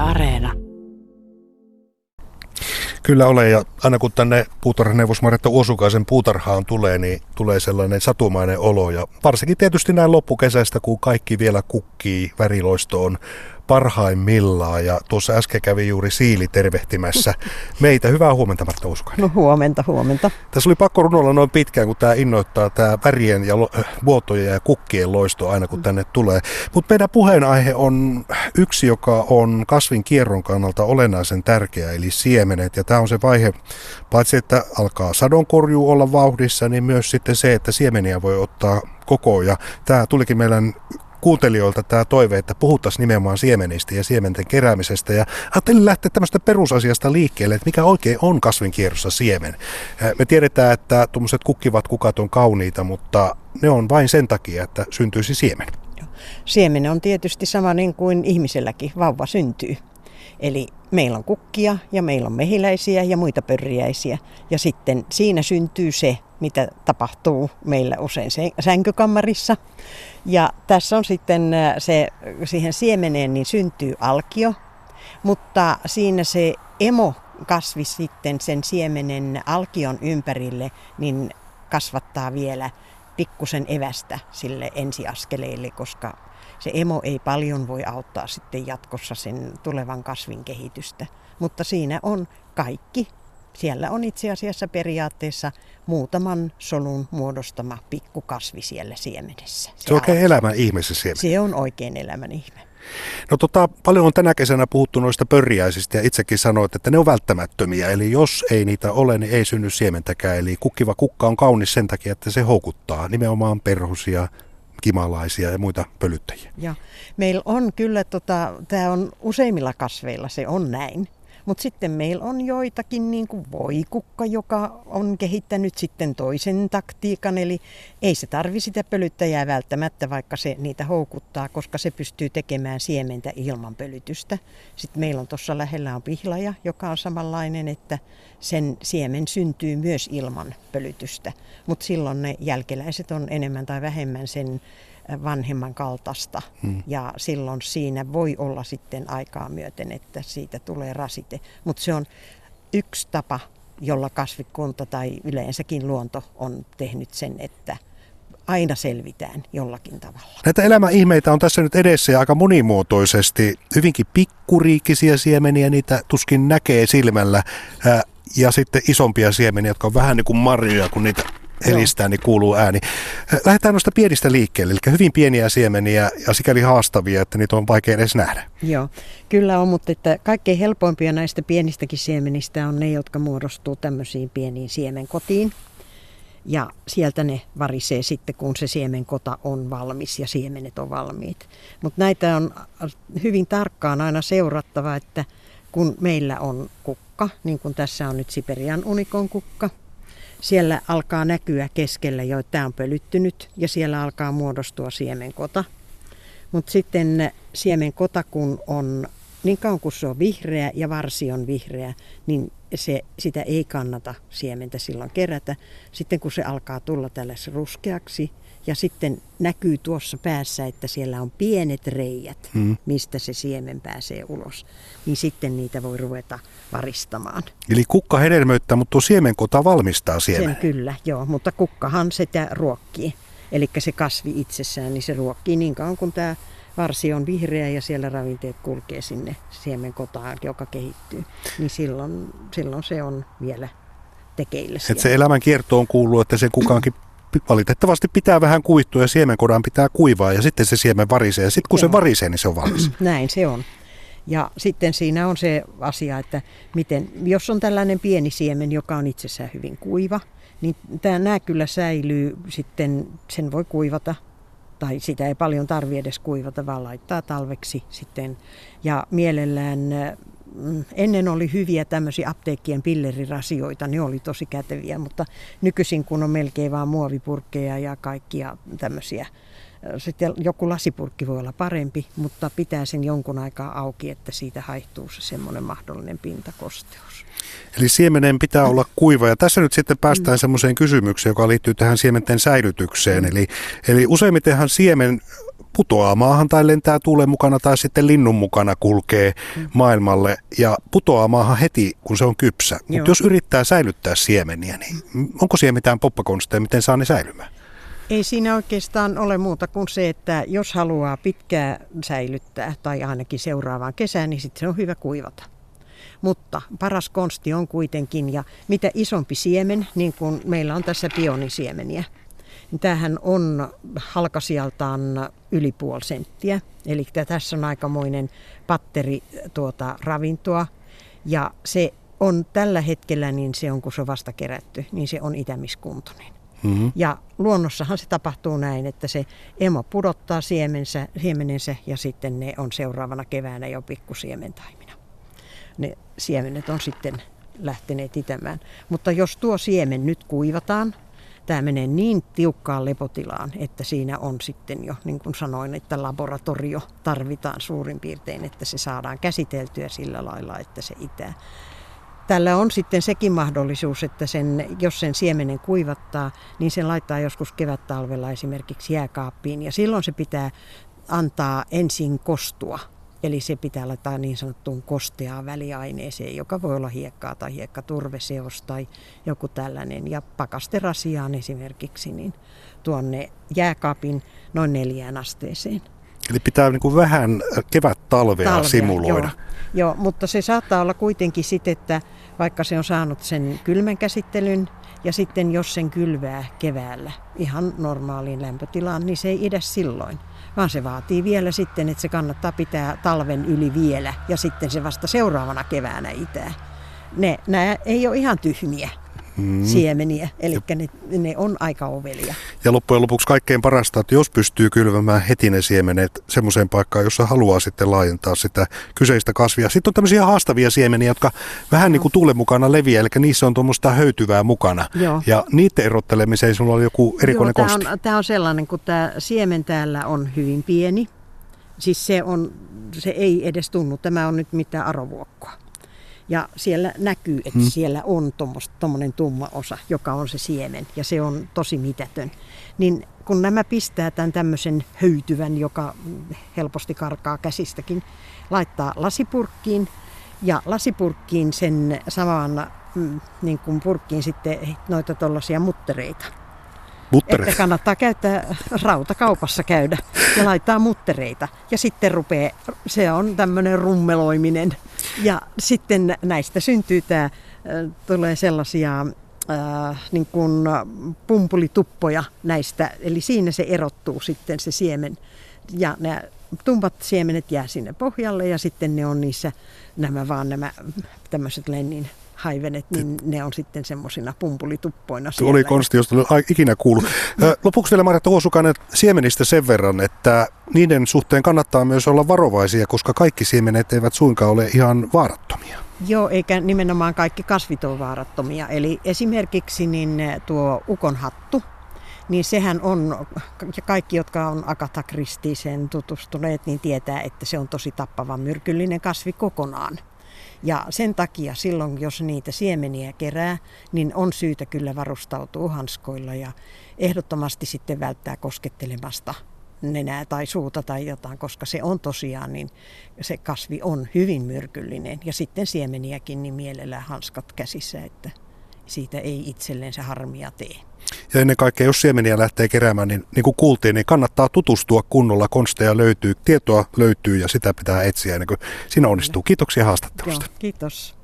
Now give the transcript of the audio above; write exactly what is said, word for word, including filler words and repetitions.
Areena. Kyllä ole, ja aina kun tänne puutarhaneuvos Marjatta Uosukaisen puutarhaan tulee, niin tulee sellainen satumainen olo. Ja varsinkin tietysti näin loppukesästä, kun kaikki vielä kukkii, väriloisto on parhaimmillaan. Ja tuossa äsken kävi juuri Siili tervehtimässä meitä. Hyvää huomenta, Marjatta Uosukainen. No huomenta, huomenta. Tässä oli pakko runoilla noin pitkään, kun tämä innoittaa tämä värien ja vuotojen ja kukkien loisto aina, kun tänne tulee. Mutta meidän puheenaihe on yksi, joka on kasvin kierron kannalta olennaisen tärkeä, eli siemenet. Ja tämä on se vaihe, paitsi että alkaa sadonkorjuu olla vauhdissa, niin myös sitten se, että siemeniä voi ottaa kokoon. Ja tämä tulikin meidän kuuntelijoilta tämä toive, että puhuttaisiin nimenomaan siemenistä ja siementen keräämisestä. Ja ajattelin lähteä tämmöistä perusasiasta liikkeelle, että mikä oikein on kasvinkierrossa siemen. Me tiedetään, että tuommoiset kukkivat kukat on kauniita, mutta ne on vain sen takia, että syntyisi siemen. Siemen on tietysti sama niin kuin ihmiselläkin, vauva syntyy. Eli meillä on kukkia ja meillä on mehiläisiä ja muita pörriäisiä. Ja sitten siinä syntyy se, mitä tapahtuu meillä usein sänkykammarissa. Ja tässä on sitten se, siihen siemeneen niin syntyy alkio, mutta siinä se emo kasvi sitten sen siemenen alkion ympärille, niin kasvattaa vielä pikkusen evästä sille ensiaskeleille, koska se emo ei paljon voi auttaa sitten jatkossa sen tulevan kasvin kehitystä. Mutta siinä on kaikki. Siellä on itse asiassa periaatteessa muutaman solun muodostama pikkukasvi siellä siemenessä. Se, se on oikein elämän ihme se siemen. Se on oikein elämän ihme. No tota, paljon on tänä kesänä puhuttu noista pörriäisistä ja itsekin sanoit, että ne on välttämättömiä. Eli jos ei niitä ole, niin ei synny siementäkään. Eli kukkiva kukka on kaunis sen takia, että se houkuttaa nimenomaan perhosia, kimalaisia ja muita pölyttäjiä. Ja meillä on kyllä, tota, tämä on useimmilla kasveilla se on näin. Mutta sitten meillä on joitakin, niin kuin voikukka, joka on kehittänyt sitten toisen taktiikan. Eli ei se tarvi sitä pölyttäjää välttämättä, vaikka se niitä houkuttaa, koska se pystyy tekemään siementä ilman pölytystä. Sitten meillä on tuossa lähellä on pihlaja, joka on samanlainen, että sen siemen syntyy myös ilman pölytystä. Mutta silloin ne jälkeläiset on enemmän tai vähemmän sen vanhemman kaltaista hmm. ja silloin siinä voi olla sitten aikaa myöten, että siitä tulee rasite. Mutta se on yksi tapa, jolla kasvikunta tai yleensäkin luonto on tehnyt sen, että aina selvitään jollakin tavalla. Näitä elämän ihmeitä on tässä nyt edessä ja aika monimuotoisesti. Hyvinkin pikkuriikkisiä siemeniä, niitä tuskin näkee silmällä. Ja sitten isompia siemeniä, jotka on vähän niin kuin marjoja, kun niitä helistää, niin kuuluu ääni. Lähdetään noista pienistä liikkeelle, eli hyvin pieniä siemeniä ja sikäli haastavia, että niitä on vaikea edes nähdä. Joo, kyllä on, mutta että kaikkein helpoimpia näistä pienistäkin siemenistä on ne, jotka muodostuu tämmöisiin pieniin siemenkotiin. Ja sieltä ne varisee sitten, kun se siemenkota on valmis ja siemenet on valmiit. Mutta näitä on hyvin tarkkaan aina seurattava, että kun meillä on kukka, niin kuin tässä on nyt Siperian unikon kukka, siellä alkaa näkyä keskellä jo, että tämä on pölyttynyt ja siellä alkaa muodostua siemenkota. Mutta sitten siemenkota, kun on niin kauan kuin se on vihreä ja varsi on vihreä, niin se, sitä ei kannata siementä silloin kerätä. Sitten kun se alkaa tulla tällaisen ruskeaksi ja sitten näkyy tuossa päässä, että siellä on pienet reijät, hmm. mistä se siemen pääsee ulos, niin sitten niitä voi ruveta varistamaan. Eli kukka hedelmöittää, mutta tuo siemenkota valmistaa siemen. Sen kyllä, joo, mutta kukkahan sitä ruokkii. Eli se kasvi itsessään, niin se ruokkii niin kauan kun tämä varsi on vihreä ja siellä ravinteet kulkee sinne siemenkotaan, joka kehittyy. Niin silloin, silloin se on vielä tekeillä siellä. Et se elämän kiertoon kuuluu, että se kukaankin valitettavasti pitää vähän kuihtua ja siemenkodan pitää kuivaa ja sitten se siemen varisee. Ja sitten kun Joo. se varisee, niin se on valmis. Näin se on. Ja sitten siinä on se asia, että miten, jos on tällainen pieni siemen, joka on itsessään hyvin kuiva, niin tämä, nämä kyllä säilyy sitten, sen voi kuivata. Tai sitä ei paljon tarvitse edes kuivata, vaan laittaa talveksi sitten. Ja mielellään ennen oli hyviä tämmöisiä apteekkien pillerirasioita, ne oli tosi käteviä, mutta nykyisin kun on melkein vaan muovipurkkeja ja kaikkia tämmöisiä. Sitten joku lasipurkki voi olla parempi, mutta pitää sen jonkun aikaa auki, että siitä haihtuu se semmoinen mahdollinen pintakosteus. Eli siemenen pitää olla kuiva. Ja tässä nyt sitten päästään mm. semmoiseen kysymykseen, joka liittyy tähän siementen säilytykseen. Mm. Eli, eli useimmitenhan siemen putoaa maahan tai lentää tuulen mukana tai sitten linnun mukana kulkee mm. maailmalle ja putoaa maahan heti, kun se on kypsä. Mutta jos yrittää säilyttää siemeniä, niin onko siellä mitään poppakonsteja, miten saa ne säilymään? Ei siinä oikeastaan ole muuta kuin se, että jos haluaa pitkää säilyttää tai ainakin seuraavaan kesään, niin sitten se on hyvä kuivata. Mutta paras konsti on kuitenkin, ja mitä isompi siemen, niin kuin meillä on tässä pionisiemeniä, niin tämähän on halkasijaltaan yli puoli senttiä. Eli tässä on aikamoinen patteri tuota ravintoa, ja se on tällä hetkellä, niin se on kun se on vasta kerätty, niin se on itämiskuntoinen. Mm-hmm. Ja luonnossahan se tapahtuu näin, että se emo pudottaa siemensä, siemenensä ja sitten ne on seuraavana keväänä jo pikkusiementaimina. Ne siemenet on sitten lähteneet itämään. Mutta jos tuo siemen nyt kuivataan, tämä menee niin tiukkaan lepotilaan, että siinä on sitten jo, niin kuin sanoin, että laboratorio tarvitaan suurin piirtein, että se saadaan käsiteltyä sillä lailla, että se itää. Tällä on sitten sekin mahdollisuus, että sen, jos sen siemenen kuivattaa, niin sen laittaa joskus kevät-talvella esimerkiksi jääkaappiin. Ja silloin se pitää antaa ensin kostua. Eli se pitää laittaa niin sanottuun kosteaan väliaineeseen, joka voi olla hiekkaa tai hiekkaturveseos tai joku tällainen. Ja pakasterasiaan esimerkiksi niin tuonne jääkaapin noin neljään asteeseen. Eli pitää niin kuin vähän kevät-talvea Talvea, simuloida. Joo, joo, mutta se saattaa olla kuitenkin sitten, että vaikka se on saanut sen kylmän käsittelyn ja sitten jos sen kylvää keväällä ihan normaaliin lämpötilaan, niin se ei idä silloin. Vaan se vaatii vielä sitten, että se kannattaa pitää talven yli vielä ja sitten se vasta seuraavana keväänä itää. Ne, nämä ei ole ihan tyhmiä. Hmm. siemeniä, eli ne, ne on aika ovelia. Ja loppujen lopuksi kaikkein parasta, että jos pystyy kylvämään heti ne siemenet semmoiseen paikkaan, jossa haluaa sitten laajentaa sitä kyseistä kasvia. Sitten on tämmöisiä haastavia siemeniä, jotka vähän no. niin kuin tuulen mukana leviää, eli niissä on tuommoista höytyvää mukana. Joo. Ja niiden erottelemiseen sinulla oli joku erikoinen Joo, konsti. Tämä on, tämä on sellainen, kun tämä siemen täällä on hyvin pieni. Siis se, on, se ei edes tunnu, tämä on nyt mitään arovuokkoa. Ja siellä näkyy, että hmm. siellä on tuommoinen tumma osa, joka on se siemen, ja se on tosi mitätön. Niin kun nämä pistää tämän tämmöisen höytyvän, joka helposti karkaa käsistäkin, laittaa lasipurkkiin, ja lasipurkkiin sen samaan niin kuin purkkiin sitten noita tuollaisia muttereita. Muttereita. Että kannattaa käyttää rautakaupassa käydä ja laittaa muttereita. Ja sitten rupeaa, se on tämmöinen rummeloiminen. Ja sitten näistä syntyy tämä, tulee sellaisia äh, niin kuin pumpulituppoja näistä. Eli siinä se erottuu sitten se siemen. Ja nämä tumpat siemenet jää sinne pohjalle ja sitten ne on niissä nämä vaan nämä tämmöiset lennin haivenet, niin ne on sitten semmoisina pumpulituppoina siellä. Oli konsti, josta olen ikinä kuullut. Lopuksi vielä Marjatta Huosukainen siemenistä sen verran, että niiden suhteen kannattaa myös olla varovaisia, koska kaikki siemenet eivät suinkaan ole ihan vaarattomia. Joo, eikä nimenomaan kaikki kasvit ole vaarattomia. Eli esimerkiksi niin tuo ukonhattu, niin sehän on, ja kaikki, jotka on Agatha Christieseen tutustuneet, niin tietää, että se on tosi tappava myrkyllinen kasvi kokonaan. Ja sen takia silloin, jos niitä siemeniä kerää, niin on syytä kyllä varustautua hanskoilla ja ehdottomasti sitten välttää koskettelemasta nenää tai suuta tai jotain, koska se on tosiaan, niin se kasvi on hyvin myrkyllinen. Ja sitten siemeniäkin niin mielellään hanskat käsissä, että siitä ei itsellensä harmia tee. Ja ennen kaikkea, jos siemeniä lähtee keräämään, niin niin kuin kuultiin, niin kannattaa tutustua kunnolla. Konsteja löytyy, tietoa löytyy ja sitä pitää etsiä ennen kuin siinä onnistuu. Kiitoksia haastattelusta. Joo, kiitos.